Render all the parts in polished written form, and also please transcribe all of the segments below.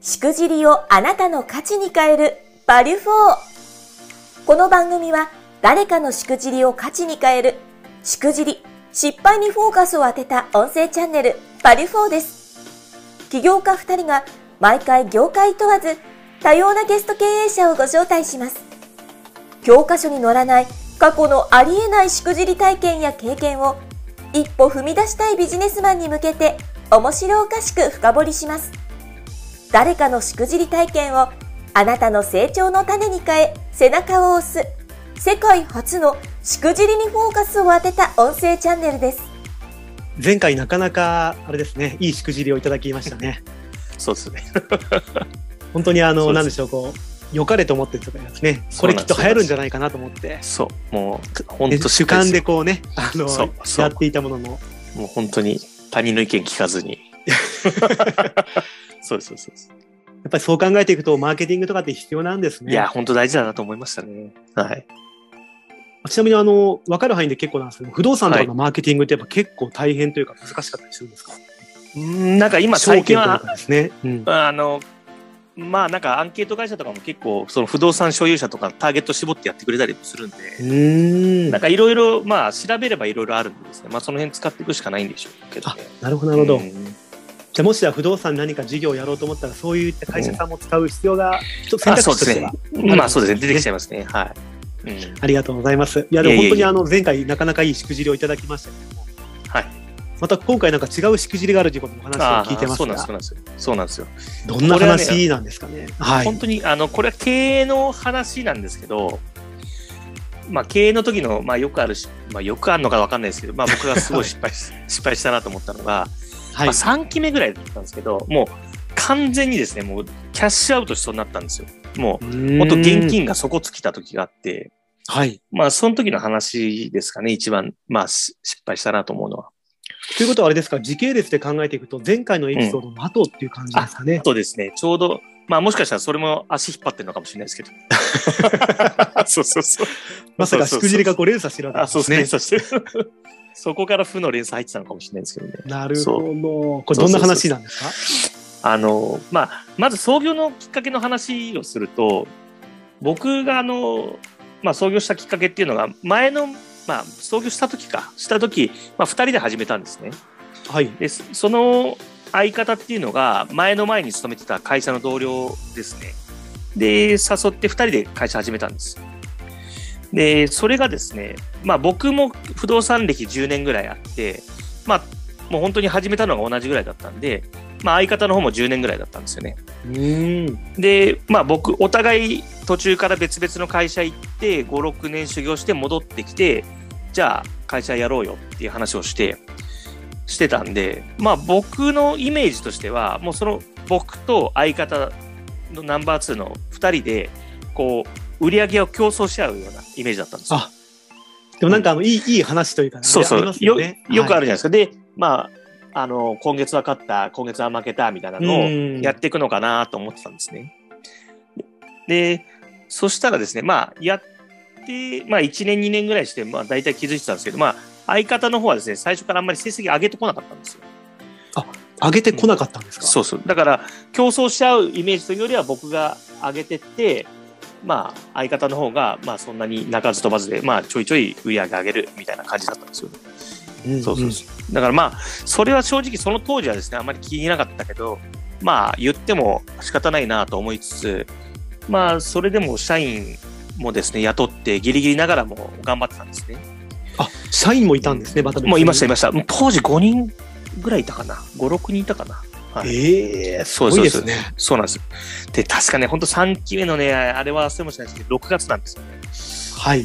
しくじりをあなたの価値に変えるバリュフォー。この番組は誰かのしくじりを価値に変えるしくじり、失敗にフォーカスを当てた音声チャンネルバリュフォーです。起業家2人が毎回業界問わず多様なゲスト経営者をご招待します。教科書に載らない過去のありえないしくじり体験や経験を一歩踏み出したいビジネスマンに向けて面白おかしく深掘りします。誰かのしくじり体験をあなたの成長の種に変え背中を押す世界初のしくじりにフォーカスを当てた音声チャンネルです。 前回なかなかあれですね、いいしくじりをいただきましたね。 そうですね。 本当になんでしょう、こう良かれと思ってとかですね、これきっと流行るんじゃないかなと思って、 そうもう本当主観でこうねそうやっていたものももう本当に他人の意見聞かずにそうです。 やっぱりそう考えていくとマーケティングとかって必要なんですね。 いや本当大事だなと思いましたね。はい。 ちなみに分かる範囲で結構なんですけど、不動産とかのマーケティングってやっぱ結構大変というか難しかったりするんですか？ なんか今最近はですね、 まあなんかアンケート会社とかも結構その不動産所有者とかターゲット絞ってやってくれたりもするんで、なんかいろいろまあ調べればいろいろあるんでですね、まあその辺使っていくしかないんでしょうけどね。 なるほど。じゃあもしは不動産何か事業をやろうと思ったらそういった会社さんも使う必要が選択肢としてはまあそうですね、出てきちゃいますね。はい。 ありがとうございます。いやでも本当に前回なかなかいいしくじりをいただきましたけども、 はい。 また今回なんか違うしくじりがあるということの話を聞いてますが、 そうなんですよ。 どんな話なんですかね。はい。 本当にこれは経営の話なんですけど、まあ経営の時のまあよくあるよくあるのかわかんないですけど、まあ僕がすごい失敗したなと思ったのが、まあ3期目ぐらいだったんですけど、もう完全にですね、もうキャッシュアウトしそうになったんですよ。もう本当現金が底尽きた時があって、 はい。 まあその時の話ですかね、一番まあ失敗したなと思うのは。 ということはあれですか、時系列で考えていくと前回のエピソードの後っていう感じですかね。 そうですね、ちょうどまあもしかしたらそれも足引っ張ってるのかもしれないですけど。そう。 まさかしくじりがこう連鎖してるわけですね。 連鎖してる。そこから負の連鎖入ってたのかもしれないですけどね。 なるほど。これどんな話なんですか？ まあ、まず創業のきっかけの話をすると、僕がまあ創業したきっかけっていうのが、前の、まあ創業した時、まあ2人で始めたんですね。 はい。 で、その相方っていうのが、前に勤めてた会社の同僚ですね。で、誘って2人で会社始めたんです。で、それがですね、まあ僕も不動産歴10年ぐらいあって、まあもう本当に始めたのが同じぐらいだったんで、まあ相方の方も10年ぐらいだったんですよね。で、まあお互い途中から別々の会社行って、5、6年修行して戻ってきて、じゃあ会社やろうよっていう話をしてたんで、まあ僕のイメージとしては、もうその僕と相方のナンバー2の2人で、こう、売り上げを競争し合うようなイメージだったんですよ。 でもなんかいい話というか、ね、 そう、よくあるじゃないですか。 はい、 で、まあ、今月は勝った、今月は負けたみたいなのをやっていくのかなと思ってたんですね。で、そしたらですね、まあ、やって、まあ、1年、2年ぐらいして、まあ、大体気づいてたんですけど、まあ、相方の方はですね、最初からあんまり成績上げてこなかったんですよ。 上げてこなかったんですか？ そう。だから、競争し合うイメージというよりは、僕が上げてって、まあ、相方の方が、まあ、そんなに鳴かず飛ばずで、まあ、ちょいちょい売り上げ上げるみたいな感じだったんですよ。そう。だからまあ、それは正直その当時はですね、あまり気になかったけど、まあ、言っても仕方ないなと思いつつ、まあ、それでも社員もですね、雇ってギリギリながらも頑張ってたんですね。 社員もいたんですね、 もういました。当時5人ぐらいいたかな。5、6人いたかな。 はい、すごいですね。 そうなんです。で、確かね、本当3期目のね、あれは忘れもしないですけど、6月なんですよね。 はい。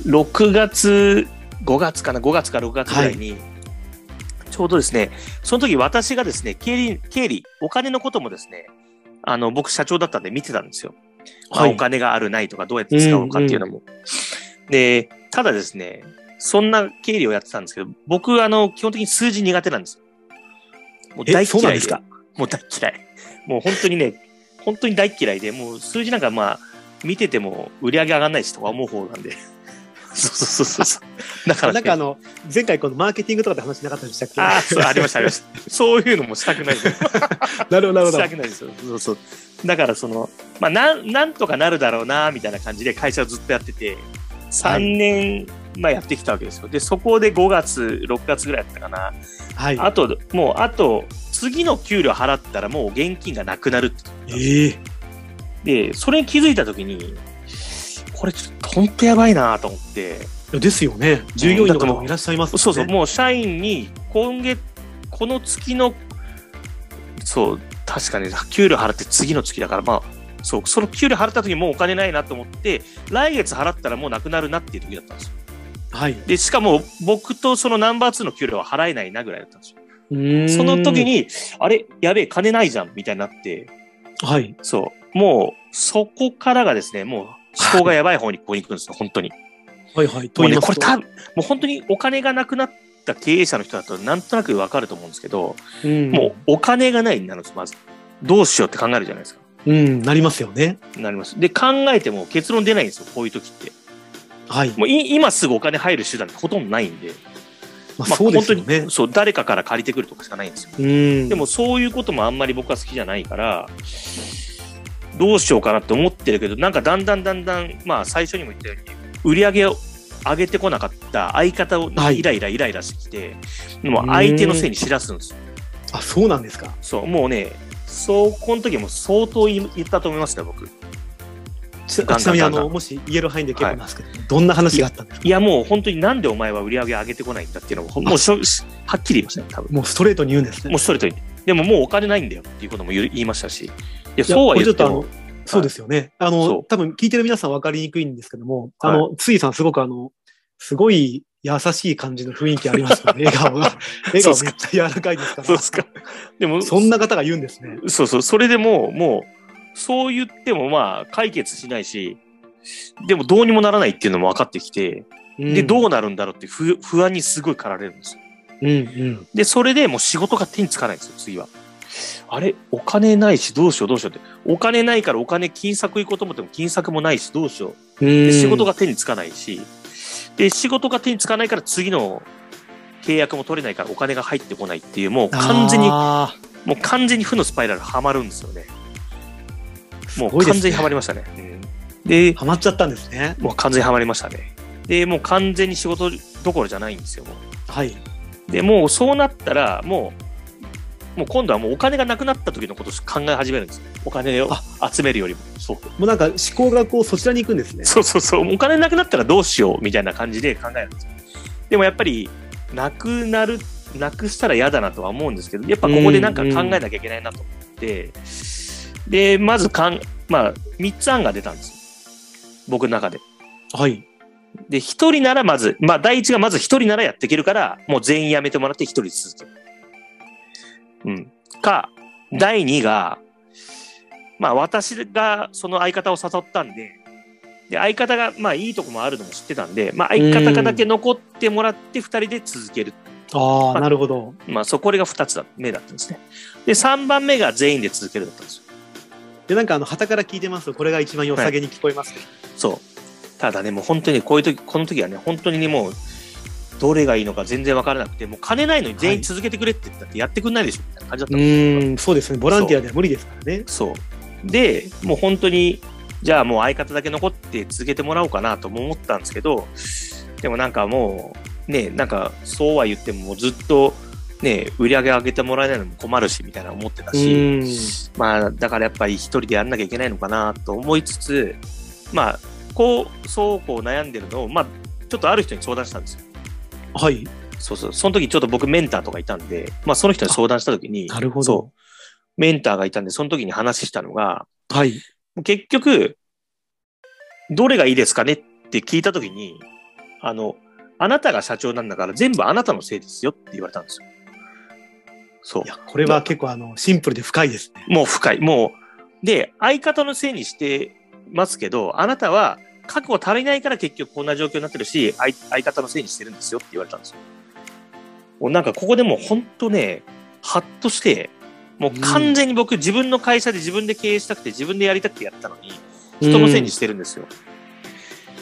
6月、5月か6月ぐらいに、ちょうどですね、その時私がですね、経理、お金のこともですね、僕社長だったんで見てたんですよ。 はい、 お金があるないとか、どうやって使おうかっていうのも。で、ただですね、そんな経理をやってたんですけど、僕、基本的に数字苦手なんですよ。もう大嫌いですか？もう大嫌い。もう本当にね、本当に大嫌いで、もう数字なんかまあ、見てても売り上げ上がんないしとか思う方なんで。 そうそうそう。だから、ね、 なんか前回このマーケティングとかで話しなかったでしたっけ？ そう、ありました、ありました。そういうのもしたくないですよ。 なるほど、なるほど。 したくないですよ。そうそう。だからまあ、なんとかなるだろうな、みたいな感じで会社をずっとやってて、3年、まあやってきたわけですよ。で、そこで5月、6月ぐらいだったかな。 はい。 あと、次の給料払ったらもう現金がなくなるって。で、それに気づいたときに、これちょっと本当やばいなと思って。 ですよね。従業員の方もいらっしゃいますもんね。 そうそう、もう社員にこの月の、そう、確かに給料払って次の月だから、まあ、そう、その給料払った時にもうお金ないなと思って、来月払ったらもうなくなるなっていう時だったんですよ。 はい。 で、しかも僕とそのナンバー2の給料は払えないなぐらいだったんですよ。その時に、あれ、やべえ、金ないじゃん、みたいになって、はい。そう、もう、そこからがですね、もう思考がやばい方にここに行くんですよ、本当に。 はいはい。 もうね、これ多分、もう本当にお金がなくなった経営者の人だとなんとなくわかると思うんですけど、もうお金がないになるんです、まず。どうしようって考えるじゃないですか。 なりますよね。 なります。で、考えても結論出ないんですよ、こういう時って。はい。もう今すぐお金入る手段ってほとんどないんで。 まあそうですよね。 本当に、そう、誰かから借りてくるとかしかないんですよ。でもそういうこともあんまり僕は好きじゃないから、どうしようかなって思ってるけど、なんかだんだん、まあ最初にも言ったように、売り上げを上げてこなかった相方をイライラしてきて、もう相手のせいに知らすんですよ。 あ、そうなんですか。 そう、もうね、この時も相当言ったと思いますね、僕。 ちなみにもし言える範囲で結構なんですけど、どんな話があったんですか？ いや、もう本当になんでお前は売り上げ上げてこないんだっていうのを、もうはっきり言いましたね、多分。 もうストレートに言うんですね。 もうストレートに。でももうお金ないんだよっていうことも言いましたし。いや、そうは言っても。 そうですよね。多分聞いてる皆さん分かりにくいんですけども、ついさんすごくすごい優しい感じの雰囲気ありますよね。笑顔めっちゃ柔らかいですから。 そうですか。 でも、そんな方が言うんですね。 そうそう。それでもう、そう言ってもまあ解決しないし、でもどうにもならないっていうのも分かってきて、で、どうなるんだろうって不安にすごい駆られるんですよ。で、それでもう仕事が手につかないんですよ、次は。あれ、お金ないし、どうしようって。お金ないから金策行こうと思っても金策もないし、どうしよう。で仕事が手につかないし、で、仕事が手につかないから次の契約も取れないからお金が入ってこないっていう、もう完全に負のスパイラルはまるんですよね。もう完全にはまりましたね。 で、はまっちゃったんですね。 もう完全にはまりましたね。で、もう完全に仕事どころじゃないんですよ、もう。 はい。 で、もうそうなったら、もう今度はもうお金がなくなった時のことを考え始めるんですよ。お金を集めるよりも。そう。 もうなんか思考がそちらに行くんですね。 そう。お金なくなったらどうしようみたいな感じで考えるんですよ。でもやっぱり、なくしたら嫌だなとは思うんですけど、やっぱここでなんか考えなきゃいけないなと思って、で、まずまあ、3つ案が出たんですよ。僕の中で。 はい。 で、1人ならまず、まあ、第一がまず1人ならやっていけるから、もう全員辞めてもらって1人続ける。第2が、まあ、私がその相方を誘ったんで、相方が、まあ、いいとこもあるのも知ってたんで、まあ、相方がだけ残ってもらって2人で続ける。 なるほど。 まあ、これが2つ目だったんですね。で、3番目が全員で続けるだったんですよ。 で、なんか旗から聞いてますと、これが一番良さげに聞こえますね。 そう。ただね、もう本当にこの時はね、本当にね、もう、どれがいいのか全然分からなくて、もう金ないのに全員続けてくれって言ったってやってくんないでしょみたいな感じだったんです。 そうですね。ボランティアでは無理ですからね。 そう。で、もう本当に、じゃあもう相方だけ残って続けてもらおうかなとも思ったんですけど、でもなんかもう、ね、なんかそうは言ってもずっと、ね、売り上げ上げてもらえないのも困るし、みたいな思ってたし、まあ、だからやっぱり一人でやんなきゃいけないのかなと思いつつ、まあ、そう悩んでるのを、まあ、ちょっとある人に相談したんですよ。 はい。 その時ちょっと僕メンターとかいたんで、まあその人に相談した時に、 なるほど。 メンターがいたんで、その時に話したのが、 はい。 結局、どれがいいですかねって聞いた時に、あなたが社長なんだから全部あなたのせいですよって言われたんですよ。そう。 いや、これは結構シンプルで深いですね。 もう深い。で、相方のせいにしてますけど、あなたは覚悟足りないから結局こんな状況になってるし、相方のせいにしてるんですよって言われたんですよ。なんかここでもう本当ね、ハッとして、もう完全に僕自分の会社で自分で経営したくて自分でやりたくてやったのに、人のせいにしてるんですよ。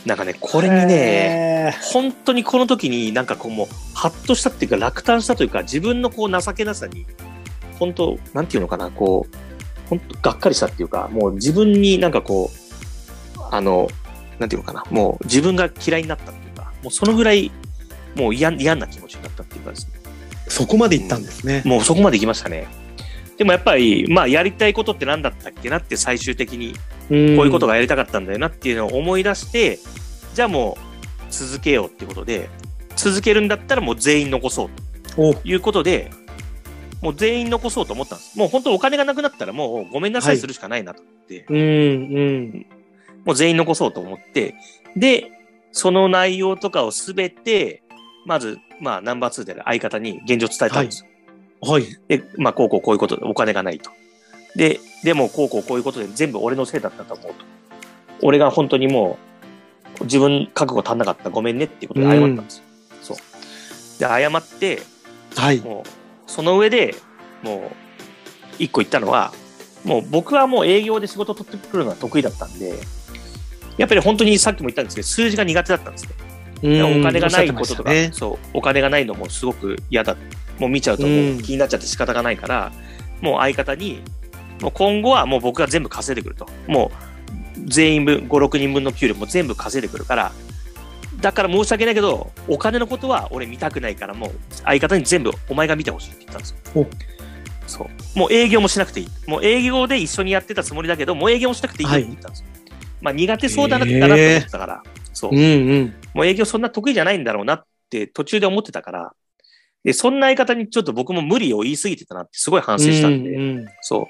なんかね、これにね、本当にこの時になんかこうもう、ハッとしたっていうか落胆したというか、自分のこう情けなさに、本当、なんていうのかな、こう、本当がっかりしたっていうか、もう自分になんかこう、なんていうのかな、もう自分が嫌いになったっていうか、もうそのぐらい、もう嫌な気持ちになったっていうかですね。 そこまで行ったんですね。 もうそこまで行きましたね。でもやっぱり、まあやりたいことって何だったっけなって最終的に、こういうことがやりたかったんだよなっていうのを思い出して、じゃあもう続けようっていうことで、続けるんだったらもう全員残そうということで、もう全員残そうと思ったんです。もう本当お金がなくなったらもうごめんなさいするしかないなと思って、もう全員残そうと思って、で、その内容とかをすべて、まず、まあナンバー2である相方に現状伝えたんですよ。 はい。 で、まあこういうことでお金がないと。でもこういうことで全部俺のせいだったと思うと。俺が本当にもう自分覚悟足んなかったごめんねっていうことで謝ったんですよ。そう。で、謝って、 はい。 もう、その上でもう一個言ったのは、もう僕はもう営業で仕事を取ってくるのが得意だったんで、やっぱり本当にさっきも言ったんですけど、数字が苦手だったんですね。お金がないこととか、そう、お金がないのもすごく嫌だ。もう見ちゃうともう気になっちゃって仕方がないから、もう相方に、もう今後はもう僕が全部稼いでくると。もう全員分、5、6人分の給料も全部稼いでくるから、だから申し訳ないけど、お金のことは俺見たくないから、もう相方に全部お前が見てほしいって言ったんですよ。そう。もう営業もしなくていい。もう営業で一緒にやってたつもりだけど、もう営業もしなくていいって言ったんですよ。まあ苦手そうだなって思ってたから、そう。もう営業そんな得意じゃないんだろうなって途中で思ってたから、で、そんな相方にちょっと僕も無理を言い過ぎてたなってすごい反省したんで、そう。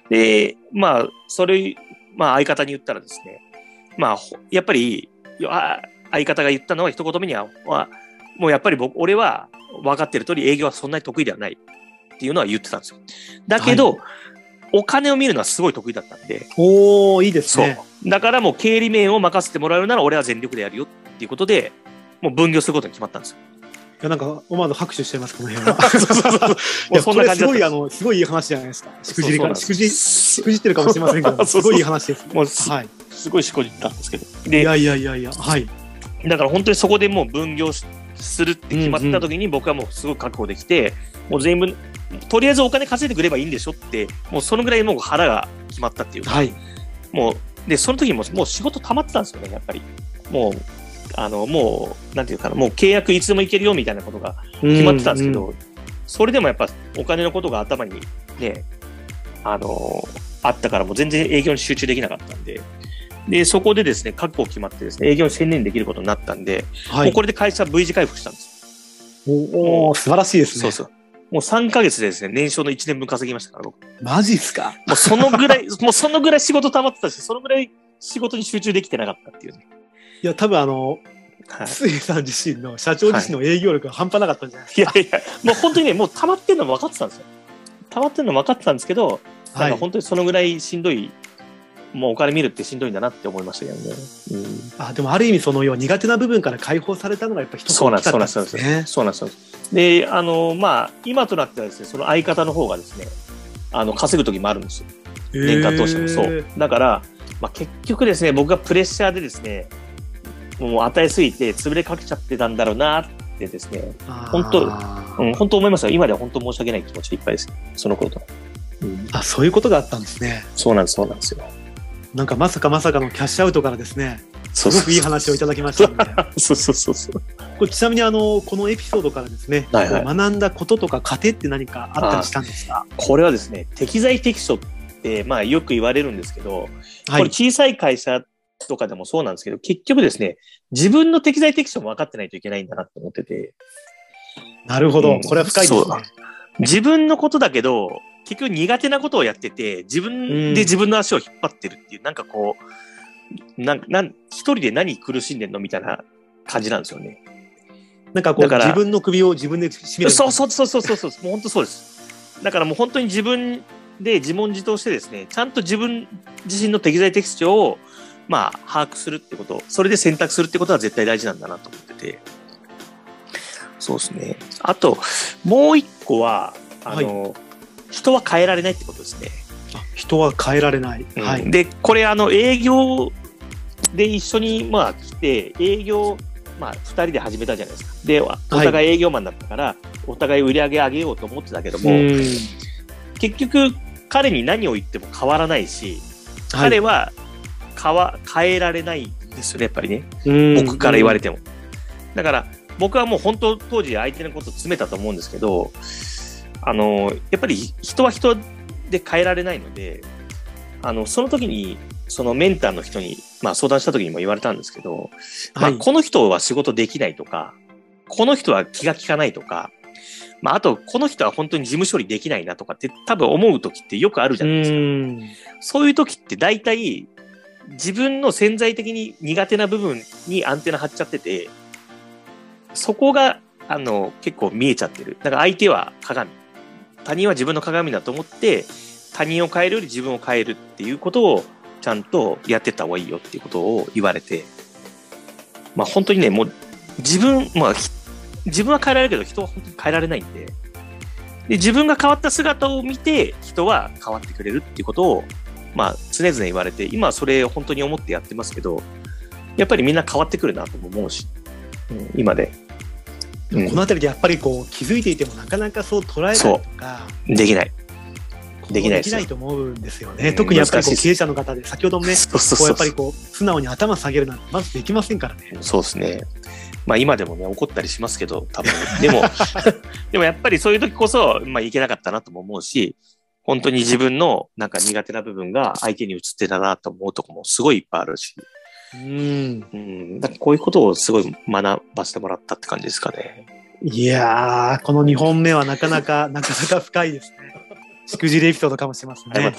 で、まあ、まあ相方に言ったらですね、まあ、やっぱり、相方が言ったのは一言目には、もうやっぱり俺は分かってる通り営業はそんなに得意ではないっていうのは言ってたんですよ。だけど、お金を見るのはすごい得意だったんで。 いいですね。 そう。だからもう経理面を任せてもらえるなら俺は全力でやるよっていうことで、もう分業することに決まったんですよ。 いや、なんか、思わず拍手してます、この辺は。いや、そんな感じだった。すごいいい話じゃないですか。しくじってるかもしれませんけど、すごいいい話です。 もうすごいしこじったんですけど。 いや、はい。 だから本当にそこでもう分業するって決まった時に僕はもうすごい覚悟できて、もう全部、とりあえずお金稼いでくればいいんでしょって、もうそのぐらいもう腹が決まったっていうか、もう、で、その時にもう仕事溜まってたんですよね、やっぱり。もう、なんていうかな、もう契約いつでもいけるよみたいなことが決まってたんですけど、それでもやっぱお金のことが頭にね、あったからもう全然営業に集中できなかったんで、で、そこでですね、覚悟決まってですね、営業に専念できることになったんで、もうこれで会社 V 字回復したんです。 素晴らしいですね。 そう。もう3ヶ月でですね、年商の1年分稼ぎましたから、僕。 マジっすか？ もうそのぐらい仕事溜まってたし、そのぐらい仕事に集中できてなかったっていうね。 いや、多分筒井さん自身の、社長自身の営業力が半端なかったんじゃないですか。 いや、もう本当にね、もう溜まってるの分かってたんですよ。溜まってるの分かってたんですけど、なんか本当にそのぐらいしんどい、もうお金見るってしんどいんだなって思いましたけどね。 でもある意味その苦手な部分から解放されたのがやっぱ一つ大きかったんですね。 そうなんですよ。で、まあ、今となってはですね、その相方の方がですね、稼ぐ時もあるんですよ。年間通してもそう。だから、まあ結局ですね、僕がプレッシャーでですね、もう与えすぎて潰れかけちゃってたんだろうなってですね、本当思いますよ。今では本当申し訳ない気持ちでいっぱいです。その頃と。 そういうことがあったんですね。 そうなんですよ。 なんかまさかのキャッシュアウトからですね、すごくいい話をいただきましたので。 そう。 これちなみにこのエピソードからですね、学んだこととか糧って何かあったりしたんですか？ これはですね、適材適所って、まあよく言われるんですけど、これ小さい会社とかでもそうなんですけど、結局ですね、自分の適材適所も分かってないといけないんだなって思ってて。 なるほど。これは深いですね。 自分のことだけど、結局苦手なことをやってて、自分で自分の足を引っ張ってるっていう、なんかこう、一人で何苦しんでんのみたいな感じなんですよね。 なんかこう、自分の首を自分で絞める。 そう。もう本当そうです。だからもう本当に自分で自問自答してですね、ちゃんと自分自身の適材適所を、まあ、把握するってこと、それで選択するってことは絶対大事なんだなと思ってて。そうですね。あと、もう一個は、人は変えられないってことですね。 人は変えられない。 で、これ営業で、一緒にまあ来て、営業、まあ2人で始めたじゃないですか。で、お互い営業マンだったから、お互い売り上げ上げようと思ってたけども、結局、彼に何を言っても変わらないし、彼は変えられないんですよね、やっぱりね。僕から言われても。だから、僕はもう本当、当時相手のことを詰めたと思うんですけど、やっぱり人は人で変えられないので、その時に、そのメンターの人に、まあ相談した時にも言われたんですけど、まあこの人は仕事できないとか、この人は気が利かないとか、まああとこの人は本当に事務処理できないなとかって多分思う時ってよくあるじゃないですか。そういう時って大体自分の潜在的に苦手な部分にアンテナ張っちゃってて、そこが結構見えちゃってる。だから相手は鏡。他人は自分の鏡だと思って、他人を変えるより自分を変えるっていうことをちゃんとやってった方がいいよっていうことを言われて、まあ本当にね、もう自分は変えられるけど人は本当に変えられないんで、自分が変わった姿を見て人は変わってくれるっていうことを、まあ常々言われて、今はそれを本当に思ってやってますけど、やっぱりみんな変わってくるなと思うし、今で。 このあたりでやっぱりこう気づいていてもなかなかそう捉えないとかできないできないと思うんですよね。特にやっぱりこう経営者の方で先ほどもね、こうやっぱりこう素直に頭下げるなんてまずできませんからね。 そうですね。まあ今でもね怒ったりしますけど多分でもやっぱりそういう時こそまあいけなかったなとも思うし、本当に自分のなんか苦手な部分が相手に移ってたなと思うとこもすごいいっぱいあるし。だからこういうことをすごい学ばせてもらったって感じですかね。 いやー、この2本目はなかなか深いですね。しくじりエピソードかもしれませんね。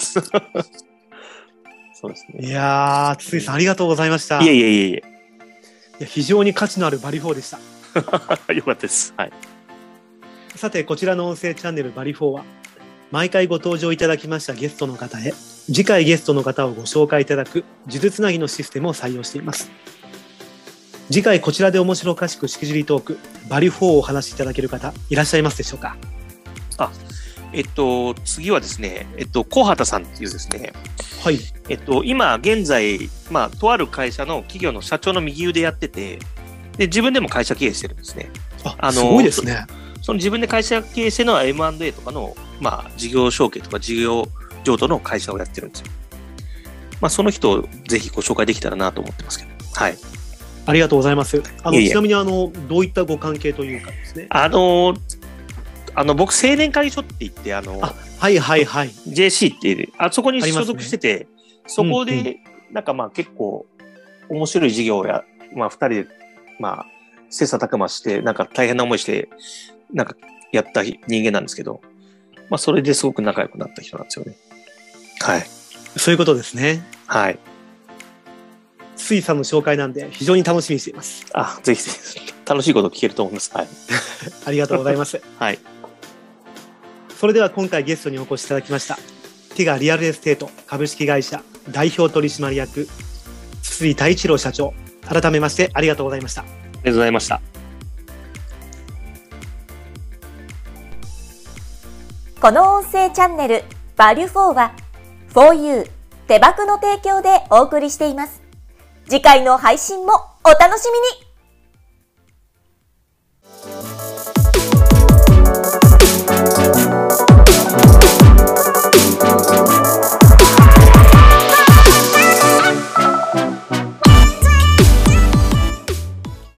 そうですね。 いやー、筒井さんありがとうございました。 いえ。 いや非常に価値のあるバリ4でした。 よかったです。はい。 さて、こちらの音声チャンネルバリ4は、毎回ご登場いただきましたゲストの方へ、次回ゲストの方をご紹介いただく、数珠つなぎのシステムを採用しています。次回こちらで面白おかしくしくじりトーク、バリ4をお話しいただける方、いらっしゃいますでしょうか？ 次はですね、小畑さんっていうですね、 はい。 今現在、まあ、とある会社の企業の社長の右腕やってて、で、自分でも会社経営してるんですね。 すごいですね。 その自分で会社経営してるのは M&A とかの、まあ、事業承継とか事業譲渡の会社をやってるんですよ。まあ、その人をぜひご紹介できたらなと思ってますけど。はい。 ありがとうございます。ちなみにどういったご関係というかですね。 僕、青年会議所って言って、 はい。 JC って、そこに所属してて、ね、そこで、なんかまあ結構面白い事業や、まあ二人で、まあ、切磋琢磨して、なんか大変な思いして、なんかやった人間なんですけど、まあそれですごく仲良くなった人なんですよね。はい。 そういうことですね。 はい。 筒井さんの紹介なんで非常に楽しみにしています。 ぜひ楽しいこと聞けると思います。はい。 ありがとうございます。 はい。 それでは今回ゲストにお越しいただきましたティガリアルエステート株式会社代表取締役筒井太一郎社長、改めましてありがとうございました。 ありがとうございました。 この音声チャンネルバリュ4は 4U 手箱の提供でお送りしています。次回の配信もお楽しみに。